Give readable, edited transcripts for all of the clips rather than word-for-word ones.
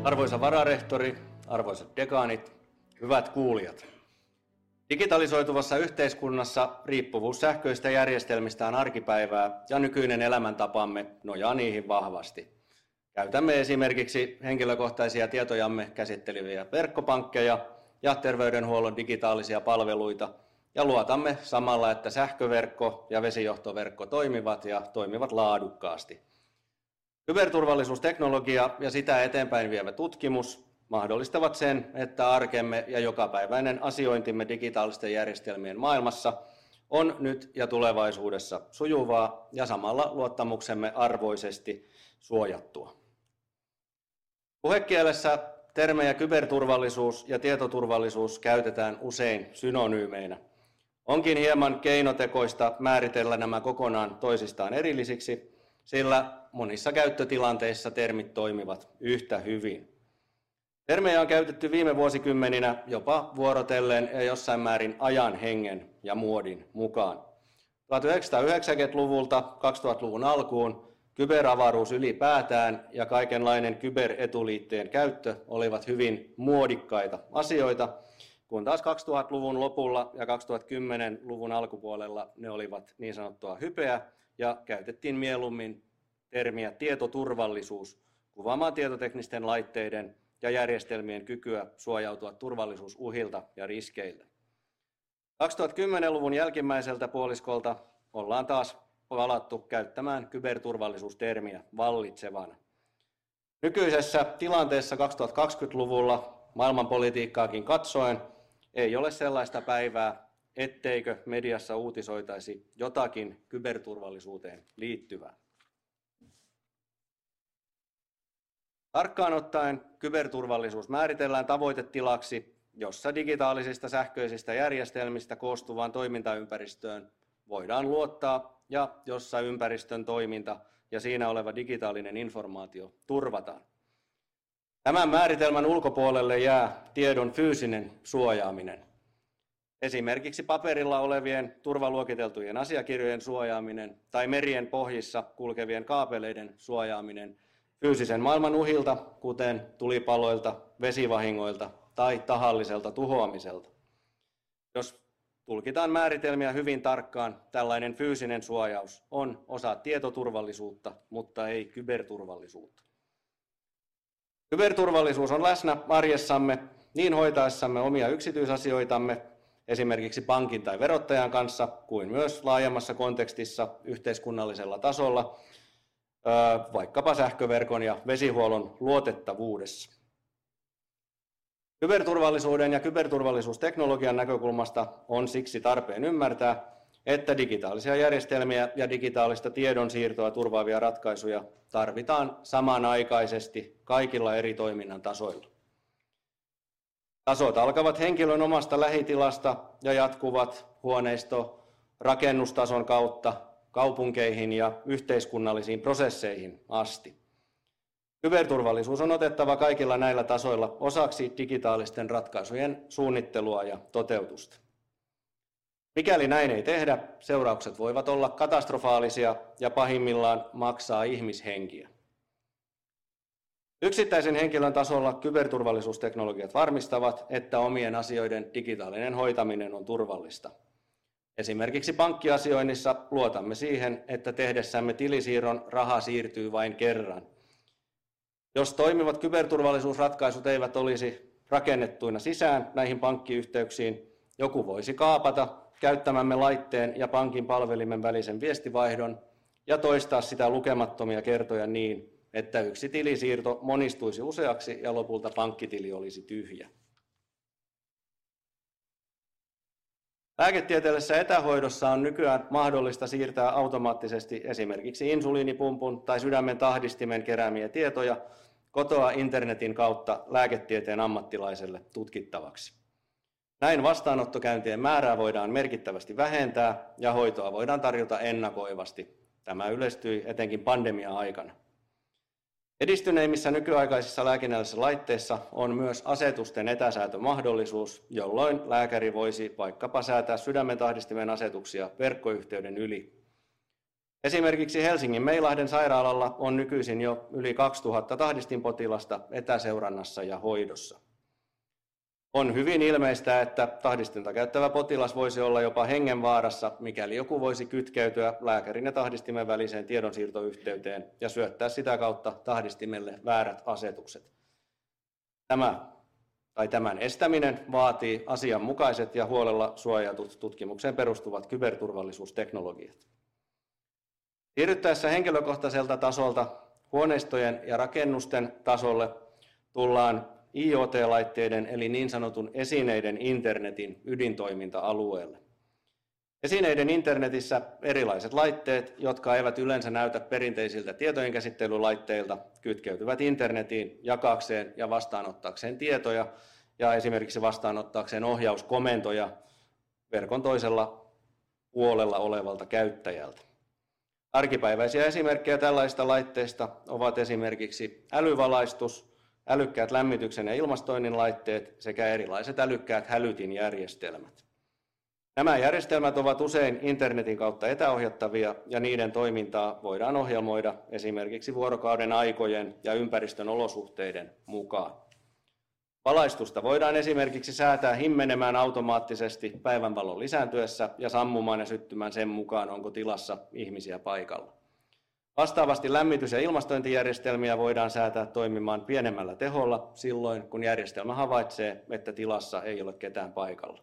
Arvoisa vararehtori, arvoisat dekaanit, hyvät kuulijat. Digitalisoituvassa yhteiskunnassa riippuvuus sähköistä järjestelmistä on arkipäivää ja nykyinen elämäntapamme nojaa niihin vahvasti. Käytämme esimerkiksi henkilökohtaisia tietojamme käsitteleviä verkkopankkeja ja terveydenhuollon digitaalisia palveluita ja luotamme samalla, että sähköverkko ja vesijohtoverkko toimivat ja toimivat laadukkaasti. Kyberturvallisuusteknologia ja sitä eteenpäin vievä tutkimus mahdollistavat sen, että arkemme ja jokapäiväinen asiointimme digitaalisten järjestelmien maailmassa on nyt ja tulevaisuudessa sujuvaa ja samalla luottamuksemme arvoisesti suojattua. Puhekielessä termejä kyberturvallisuus ja tietoturvallisuus käytetään usein synonyymeinä. Onkin hieman keinotekoista määritellä nämä kokonaan toisistaan erillisiksi, sillä monissa käyttötilanteissa termit toimivat yhtä hyvin. Termejä on käytetty viime vuosikymmeninä jopa vuorotellen ja jossain määrin ajan hengen ja muodin mukaan. 1990-luvulta 2000-luvun alkuun kyberavaruus ylipäätään ja kaikenlainen kyberetuliitteen käyttö olivat hyvin muodikkaita asioita, kun taas 2000-luvun lopulla ja 2010-luvun alkupuolella ne olivat niin sanottua hypeä ja käytettiin mieluummin termiä tietoturvallisuus kuvaamaan tietoteknisten laitteiden ja järjestelmien kykyä suojautua turvallisuusuhilta ja riskeiltä. 2010-luvun jälkimmäiseltä puoliskolta ollaan taas palattu käyttämään kyberturvallisuustermiä vallitsevana. Nykyisessä tilanteessa 2020-luvulla maailmanpolitiikkaakin katsoen ei ole sellaista päivää, etteikö mediassa uutisoitaisi jotakin kyberturvallisuuteen liittyvää. Tarkkaan ottaen kyberturvallisuus määritellään tavoitetilaksi, jossa digitaalisista sähköisistä järjestelmistä koostuvaan toimintaympäristöön voidaan luottaa ja jossa ympäristön toiminta ja siinä oleva digitaalinen informaatio turvataan. Tämän määritelmän ulkopuolelle jää tiedon fyysinen suojaaminen. Esimerkiksi paperilla olevien turvaluokiteltujen asiakirjojen suojaaminen tai merien pohjissa kulkevien kaapeleiden suojaaminen fyysisen maailman uhilta, kuten tulipaloilta, vesivahingoilta tai tahalliselta tuhoamiselta. Jos tulkitaan määritelmiä hyvin tarkkaan, tällainen fyysinen suojaus on osa tietoturvallisuutta, mutta ei kyberturvallisuutta. Kyberturvallisuus on läsnä arjessamme niin hoitaessamme omia yksityisasioitamme, esimerkiksi pankin tai verottajan kanssa, kuin myös laajemmassa kontekstissa yhteiskunnallisella tasolla, vaikkapa sähköverkon ja vesihuollon luotettavuudessa. Kyberturvallisuuden ja kyberturvallisuusteknologian näkökulmasta on siksi tarpeen ymmärtää, että digitaalisia järjestelmiä ja digitaalista tiedonsiirtoa turvaavia ratkaisuja tarvitaan samanaikaisesti kaikilla eri toiminnan tasoilla. Tasot alkavat henkilön omasta lähitilasta ja jatkuvat huoneisto- rakennustason kautta kaupunkeihin ja yhteiskunnallisiin prosesseihin asti. Kyberturvallisuus on otettava kaikilla näillä tasoilla osaksi digitaalisten ratkaisujen suunnittelua ja toteutusta. Mikäli näin ei tehdä, seuraukset voivat olla katastrofaalisia ja pahimmillaan maksaa ihmishenkiä. Yksittäisen henkilön tasolla kyberturvallisuusteknologiat varmistavat, että omien asioiden digitaalinen hoitaminen on turvallista. Esimerkiksi pankkiasioinnissa luotamme siihen, että tehdessämme tilisiirron raha siirtyy vain kerran. Jos toimivat kyberturvallisuusratkaisut eivät olisi rakennettuina sisään näihin pankkiyhteyksiin, joku voisi kaapata käyttämämme laitteen ja pankin palvelimen välisen viestivaihdon ja toistaa sitä lukemattomia kertoja niin, että yksi tilisiirto monistuisi useaksi ja lopulta pankkitili olisi tyhjä. Lääketieteellisessä etähoidossa on nykyään mahdollista siirtää automaattisesti esimerkiksi insuliinipumpun tai sydämen tahdistimen keräämiä tietoja kotoa internetin kautta lääketieteen ammattilaiselle tutkittavaksi. Näin vastaanottokäyntien määrää voidaan merkittävästi vähentää ja hoitoa voidaan tarjota ennakoivasti. Tämä yleistyi etenkin pandemia-aikana. Edistyneimmissä nykyaikaisissa lääkinnällisissä laitteissa on myös asetusten etäsäätömahdollisuus, jolloin lääkäri voisi vaikkapa säätää sydämentahdistimen asetuksia verkkoyhteyden yli. Esimerkiksi Helsingin Meilahden sairaalalla on nykyisin jo yli 2000 tahdistinpotilasta etäseurannassa ja hoidossa. On hyvin ilmeistä, että tahdistinta käyttävä potilas voisi olla jopa hengenvaarassa, mikäli joku voisi kytkeytyä lääkärin ja tahdistimen väliseen tiedonsiirtoyhteyteen ja syöttää sitä kautta tahdistimelle väärät asetukset. Tämän estäminen vaatii asianmukaiset ja huolella suojatut tutkimukseen perustuvat kyberturvallisuusteknologiat. Siirryttäessä henkilökohtaiselta tasolta huoneistojen ja rakennusten tasolle tullaan IoT-laitteiden eli niin sanotun esineiden internetin ydintoiminta-alueelle. Esineiden internetissä erilaiset laitteet, jotka eivät yleensä näytä perinteisiltä tietojenkäsittelylaitteilta, kytkeytyvät internetiin jakaakseen ja vastaanottaakseen tietoja ja esimerkiksi vastaanottaakseen ohjauskomentoja verkon toisella puolella olevalta käyttäjältä. Arkipäiväisiä esimerkkejä tällaisista laitteista ovat esimerkiksi älyvalaistus, älykkäät lämmityksen ja ilmastoinnin laitteet sekä erilaiset älykkäät hälytinjärjestelmät. Nämä järjestelmät ovat usein internetin kautta etäohjattavia ja niiden toimintaa voidaan ohjelmoida esimerkiksi vuorokauden aikojen ja ympäristön olosuhteiden mukaan. Valaistusta voidaan esimerkiksi säätää himmenemään automaattisesti päivänvalon lisääntyessä ja sammumaan ja syttymään sen mukaan, onko tilassa ihmisiä paikalla. Vastaavasti lämmitys- ja ilmastointijärjestelmiä voidaan säätää toimimaan pienemmällä teholla silloin, kun järjestelmä havaitsee, että tilassa ei ole ketään paikalla.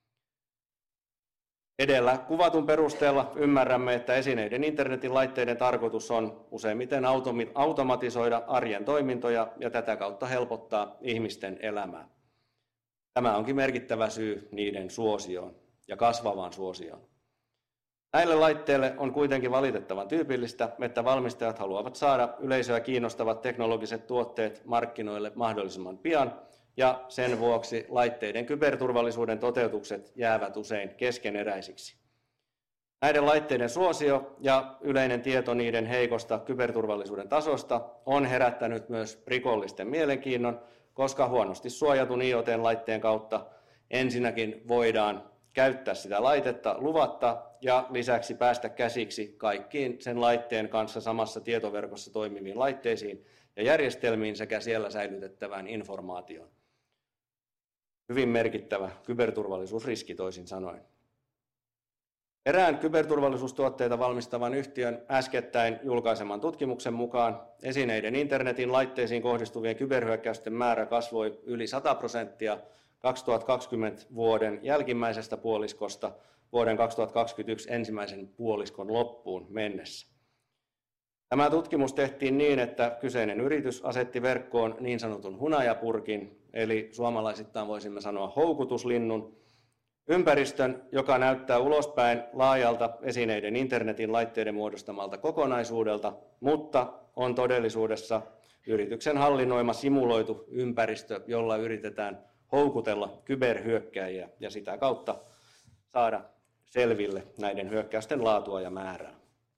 Edellä kuvatun perusteella ymmärrämme, että esineiden internetin laitteiden tarkoitus on useimmiten automatisoida arjen toimintoja ja tätä kautta helpottaa ihmisten elämää. Tämä onkin merkittävä syy niiden suosioon ja kasvavaan suosioon. Näille laitteille on kuitenkin valitettavan tyypillistä, että valmistajat haluavat saada yleisöä kiinnostavat teknologiset tuotteet markkinoille mahdollisimman pian, ja sen vuoksi laitteiden kyberturvallisuuden toteutukset jäävät usein keskeneräisiksi. Näiden laitteiden suosio ja yleinen tieto niiden heikosta kyberturvallisuuden tasosta on herättänyt myös rikollisten mielenkiinnon, koska huonosti suojatun IoT-laitteen kautta ensinnäkin voidaan käyttää sitä laitetta luvatta ja lisäksi päästä käsiksi kaikkiin sen laitteen kanssa samassa tietoverkossa toimiviin laitteisiin ja järjestelmiin sekä siellä säilytettävään informaatioon. Hyvin merkittävä kyberturvallisuusriski toisin sanoen. Erään kyberturvallisuustuotteita valmistavan yhtiön äskettäin julkaiseman tutkimuksen mukaan esineiden internetin laitteisiin kohdistuvien kyberhyökkäysten määrä kasvoi yli 100% 2020 vuoden jälkimmäisestä puoliskosta vuoden 2021 ensimmäisen puoliskon loppuun mennessä. Tämä tutkimus tehtiin niin, että kyseinen yritys asetti verkkoon niin sanotun hunajapurkin, eli suomalaisittain voisimme sanoa houkutuslinnun, ympäristön, joka näyttää ulospäin laajalta esineiden internetin laitteiden muodostamalta kokonaisuudelta, mutta on todellisuudessa yrityksen hallinnoima simuloitu ympäristö, jolla yritetään houkutella kyberhyökkääjiä ja sitä kautta saada selville näiden hyökkäysten laatua ja määrää.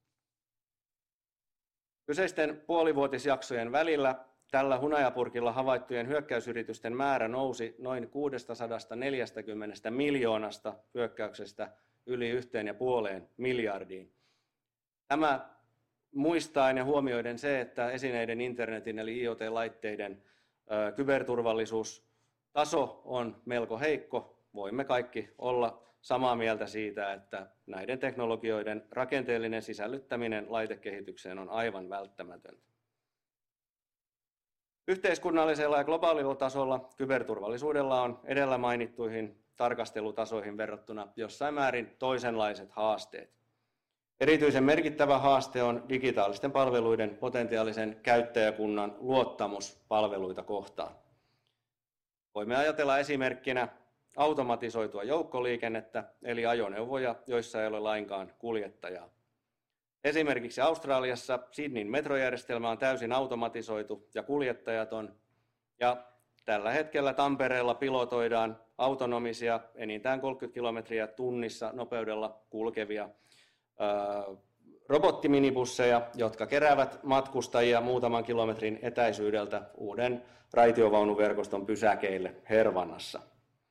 Kyseisten puolivuotisjaksojen välillä tällä hunajapurkilla havaittujen hyökkäysyritysten määrä nousi noin 640 miljoonasta hyökkäyksestä yli 1,5 miljardiin. Tämä muistaen ja huomioiden se, että esineiden internetin eli IoT-laitteiden kyberturvallisuustaso on melko heikko, voimme kaikki olla samaa mieltä siitä, että näiden teknologioiden rakenteellinen sisällyttäminen laitekehitykseen on aivan välttämätöntä. Yhteiskunnallisella ja globaalilla tasolla kyberturvallisuudella on edellä mainittuihin tarkastelutasoihin verrattuna jossain määrin toisenlaiset haasteet. Erityisen merkittävä haaste on digitaalisten palveluiden potentiaalisen käyttäjäkunnan luottamus palveluita kohtaan. Voimme ajatella esimerkkinä automatisoitua joukkoliikennettä, eli ajoneuvoja, joissa ei ole lainkaan kuljettajaa. Esimerkiksi Australiassa Sydneyn metrojärjestelmä on täysin automatisoitu ja kuljettajaton, ja tällä hetkellä Tampereella pilotoidaan autonomisia enintään 30 kilometriä tunnissa nopeudella kulkevia robottiminibusseja, jotka keräävät matkustajia muutaman kilometrin etäisyydeltä uuden raitiovaunuverkoston pysäkeille Hervannassa.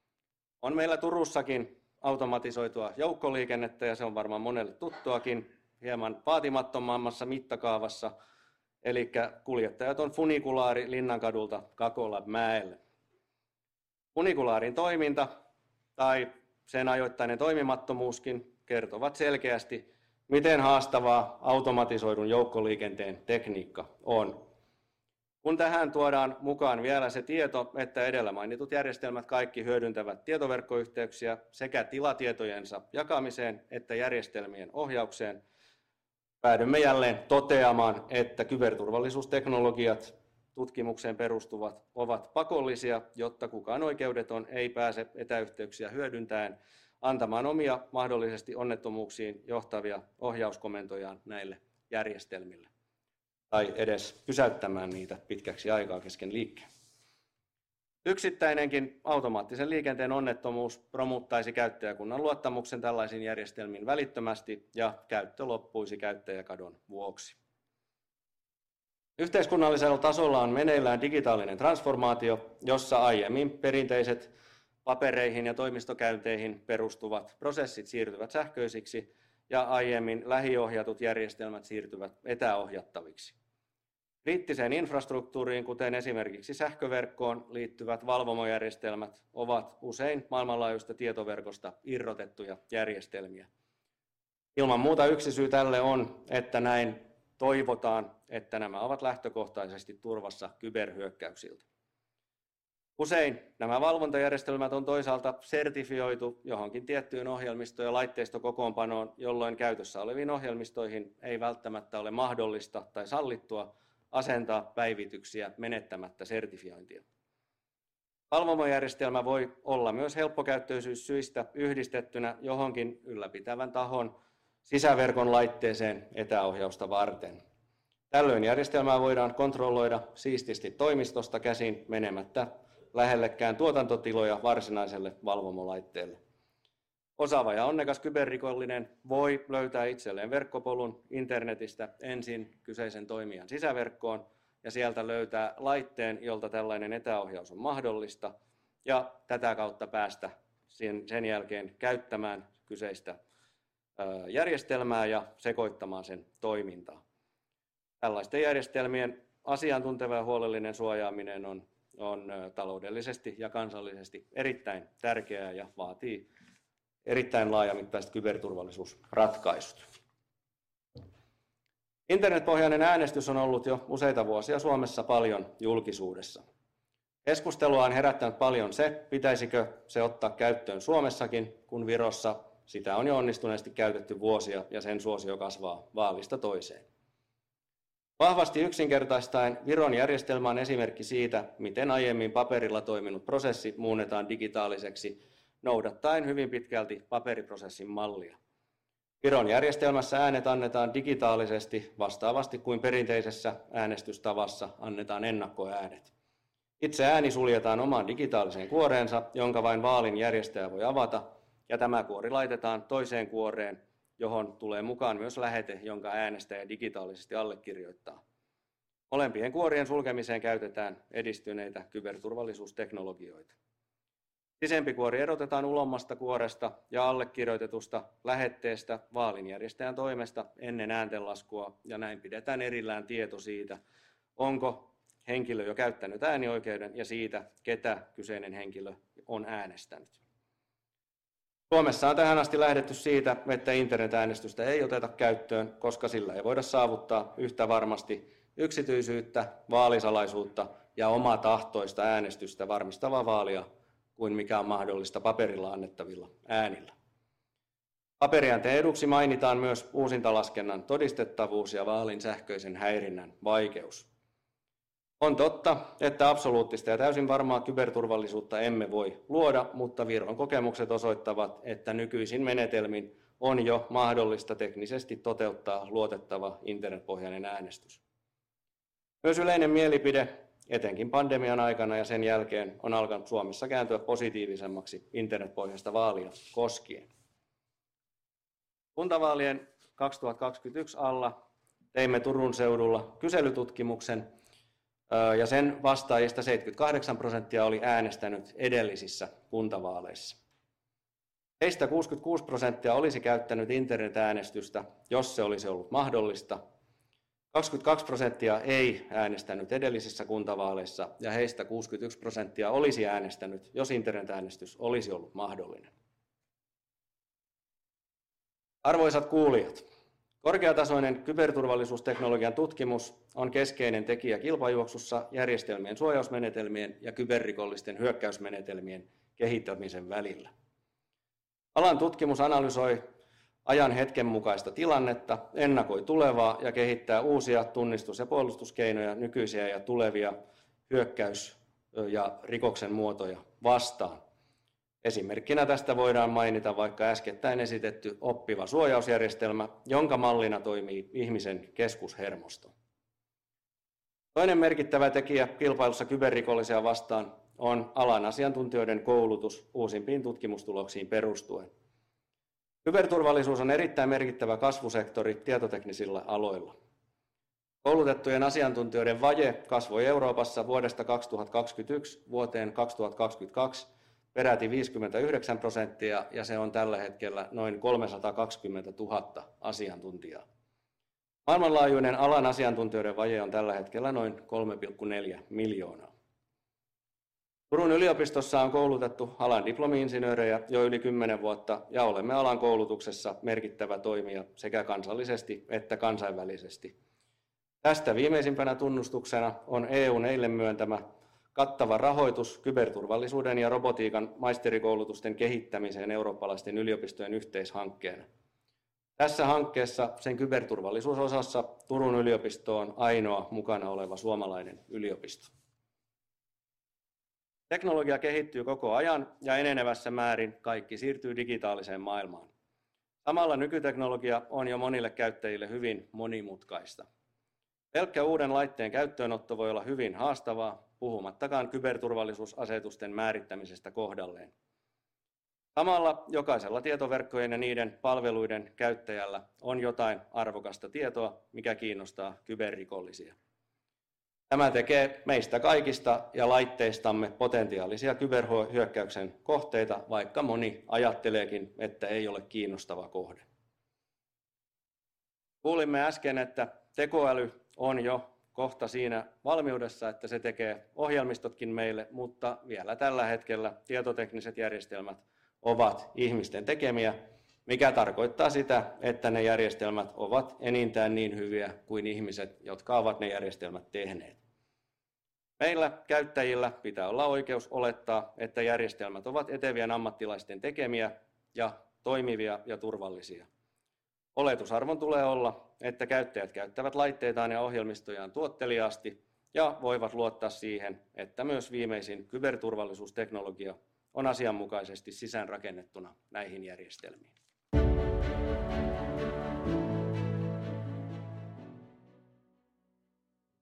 On meillä Turussakin automatisoitua joukkoliikennettä ja se on varmaan monelle tuttuakin. hieman vaatimattomammassa mittakaavassa, eli kuljettajat on funikulaari Linnankadulta Kakolabmäelle. Funikulaarin toiminta tai sen ajoittainen toimimattomuuskin kertovat selkeästi, miten haastavaa automatisoidun joukkoliikenteen tekniikka on. Kun tähän tuodaan mukaan vielä se tieto, että edellä mainitut järjestelmät kaikki hyödyntävät tietoverkkoyhteyksiä sekä tilatietojensa jakamiseen että järjestelmien ohjaukseen, päädymme jälleen toteamaan, että kyberturvallisuusteknologiat tutkimukseen perustuvat ovat pakollisia, jotta kukaan oikeudeton ei pääse etäyhteyksiä hyödyntäen antamaan omia mahdollisesti onnettomuuksiin johtavia ohjauskomentojaan näille järjestelmille tai edes pysäyttämään niitä pitkäksi aikaa kesken liikkeen. Yksittäinenkin automaattisen liikenteen onnettomuus romuttaisi käyttäjäkunnan luottamuksen tällaisiin järjestelmiin välittömästi ja käyttö loppuisi käyttäjäkadon vuoksi. Yhteiskunnallisella tasolla on meneillään digitaalinen transformaatio, jossa aiemmin perinteiset papereihin ja toimistokäynteihin perustuvat prosessit siirtyvät sähköisiksi ja aiemmin lähiohjatut järjestelmät siirtyvät etäohjattaviksi. Kriittiseen infrastruktuuriin, kuten esimerkiksi sähköverkkoon liittyvät valvomojärjestelmät, ovat usein maailmanlaajuisesta tietoverkosta irrotettuja järjestelmiä. Ilman muuta yksi syy tälle on, että näin toivotaan, että nämä ovat lähtökohtaisesti turvassa kyberhyökkäyksiltä. Usein nämä valvontajärjestelmät on toisaalta sertifioitu johonkin tiettyyn ohjelmisto- ja laitteistokokoonpanoon, jolloin käytössä oleviin ohjelmistoihin ei välttämättä ole mahdollista tai sallittua asentaa päivityksiä menettämättä sertifiointia. Valvomojärjestelmä voi olla myös helppokäyttöisyyssyistä yhdistettynä johonkin ylläpitävän tahon sisäverkon laitteeseen etäohjausta varten. Tällöin järjestelmää voidaan kontrolloida siististi toimistosta käsin menemättä lähellekään tuotantotiloja varsinaiselle valvomolaitteelle. Osaava ja onnekas kyberrikollinen voi löytää itselleen verkkopolun internetistä ensin kyseisen toimijan sisäverkkoon ja sieltä löytää laitteen, jolta tällainen etäohjaus on mahdollista ja tätä kautta päästä sen jälkeen käyttämään kyseistä järjestelmää ja sekoittamaan sen toimintaa. Tällaisten järjestelmien asiantunteva ja huolellinen suojaaminen on taloudellisesti ja kansallisesti erittäin tärkeää ja vaatii erittäin laajamittaiset kyberturvallisuusratkaisut. Internetpohjainen äänestys on ollut jo useita vuosia Suomessa paljon julkisuudessa. Keskustelua on herättänyt paljon se, pitäisikö se ottaa käyttöön Suomessakin, kun Virossa sitä on jo onnistuneesti käytetty vuosia ja sen suosio kasvaa vaalista toiseen. Vahvasti yksinkertaistaen Viron järjestelmä on esimerkki siitä, miten aiemmin paperilla toiminut prosessi muunnetaan digitaaliseksi noudattaen hyvin pitkälti paperiprosessin mallia. Viron järjestelmässä äänet annetaan digitaalisesti vastaavasti kuin perinteisessä äänestystavassa annetaan ennakkoäänet. Itse ääni suljetaan omaan digitaaliseen kuoreensa, jonka vain vaalin järjestäjä voi avata, ja tämä kuori laitetaan toiseen kuoreen, johon tulee mukaan myös lähete, jonka äänestäjä digitaalisesti allekirjoittaa. Molempien kuorien sulkemiseen käytetään edistyneitä kyberturvallisuusteknologioita. Sisempi kuori erotetaan ulommasta kuoresta ja allekirjoitetusta lähetteestä vaalinjärjestäjän toimesta ennen ääntenlaskua, ja näin pidetään erillään tieto siitä, onko henkilö jo käyttänyt äänioikeuden ja siitä, ketä kyseinen henkilö on äänestänyt. Suomessa on tähän asti lähdetty siitä, että internetäänestystä ei oteta käyttöön, koska sillä ei voida saavuttaa yhtä varmasti yksityisyyttä, vaalisalaisuutta ja omatahtoista äänestystä varmistavaa vaalia kuin mikä on mahdollista paperilla annettavilla äänillä. Paperiäänten eduksi mainitaan myös uusintalaskennan todistettavuus ja vaalin sähköisen häirinnän vaikeus. On totta, että absoluuttista ja täysin varmaa kyberturvallisuutta emme voi luoda, mutta Viron kokemukset osoittavat, että nykyisin menetelmin on jo mahdollista teknisesti toteuttaa luotettava internetpohjainen äänestys. Myös yleinen mielipide, etenkin pandemian aikana ja sen jälkeen, on alkanut Suomessa kääntyä positiivisemmaksi internetpohjaista vaalia koskien. Kuntavaalien 2021 alla teimme Turun seudulla kyselytutkimuksen, ja sen vastaajista 78% oli äänestänyt edellisissä kuntavaaleissa. Heistä 66% olisi käyttänyt internetäänestystä, jos se olisi ollut mahdollista. 22% ei äänestänyt edellisissä kuntavaaleissa ja heistä 61% olisi äänestänyt, jos internetäänestys olisi ollut mahdollinen. Arvoisat kuulijat, korkeatasoinen kyberturvallisuusteknologian tutkimus on keskeinen tekijä kilpajuoksussa järjestelmien suojausmenetelmien ja kyberrikollisten hyökkäysmenetelmien kehittämisen välillä. Alan tutkimus analysoi ajan hetken mukaista tilannetta, ennakoi tulevaa ja kehittää uusia tunnistus- ja puolustuskeinoja nykyisiä ja tulevia hyökkäys- ja rikoksen muotoja vastaan. Esimerkkinä tästä voidaan mainita vaikka äskettäin esitetty oppiva suojausjärjestelmä, jonka mallina toimii ihmisen keskushermosto. Toinen merkittävä tekijä kilpailussa kyberrikollisia vastaan on alan asiantuntijoiden koulutus uusimpiin tutkimustuloksiin perustuen. Kyberturvallisuus on erittäin merkittävä kasvusektori tietoteknisillä aloilla. Koulutettujen asiantuntijoiden vaje kasvoi Euroopassa vuodesta 2021 vuoteen 2022 peräti 59% ja se on tällä hetkellä noin 320 000 asiantuntijaa. Maailmanlaajuinen alan asiantuntijoiden vaje on tällä hetkellä noin 3,4 miljoonaa. Turun yliopistossa on koulutettu alan diplomi-insinöörejä jo yli 10 vuotta ja olemme alan koulutuksessa merkittävä toimija sekä kansallisesti että kansainvälisesti. Tästä viimeisimpänä tunnustuksena on EU:n eilen myöntämä kattava rahoitus kyberturvallisuuden ja robotiikan maisterikoulutusten kehittämiseen eurooppalaisten yliopistojen yhteishankkeena. Tässä hankkeessa sen kyberturvallisuusosassa Turun yliopisto on ainoa mukana oleva suomalainen yliopisto. Teknologia kehittyy koko ajan ja enenevässä määrin kaikki siirtyy digitaaliseen maailmaan. Samalla nykyteknologia on jo monille käyttäjille hyvin monimutkaista. Pelkkä uuden laitteen käyttöönotto voi olla hyvin haastavaa, puhumattakaan kyberturvallisuusasetusten määrittämisestä kohdalleen. Samalla jokaisella tietoverkkojen ja niiden palveluiden käyttäjällä on jotain arvokasta tietoa, mikä kiinnostaa kyberrikollisia. Tämä tekee meistä kaikista ja laitteistamme potentiaalisia kyberhyökkäyksen kohteita, vaikka moni ajatteleekin, että ei ole kiinnostava kohde. Kuulimme äsken, että tekoäly on jo kohta siinä valmiudessa, että se tekee ohjelmistotkin meille, mutta vielä tällä hetkellä tietotekniset järjestelmät ovat ihmisten tekemiä, mikä tarkoittaa sitä, että ne järjestelmät ovat enintään niin hyviä kuin ihmiset, jotka ovat ne järjestelmät tehneet. Meillä käyttäjillä pitää olla oikeus olettaa, että järjestelmät ovat etevien ammattilaisten tekemiä ja toimivia ja turvallisia. Oletusarvon tulee olla, että käyttäjät käyttävät laitteitaan ja ohjelmistojaan tuotteliaasti ja voivat luottaa siihen, että myös viimeisin kyberturvallisuusteknologia on asianmukaisesti sisäänrakennettuna näihin järjestelmiin.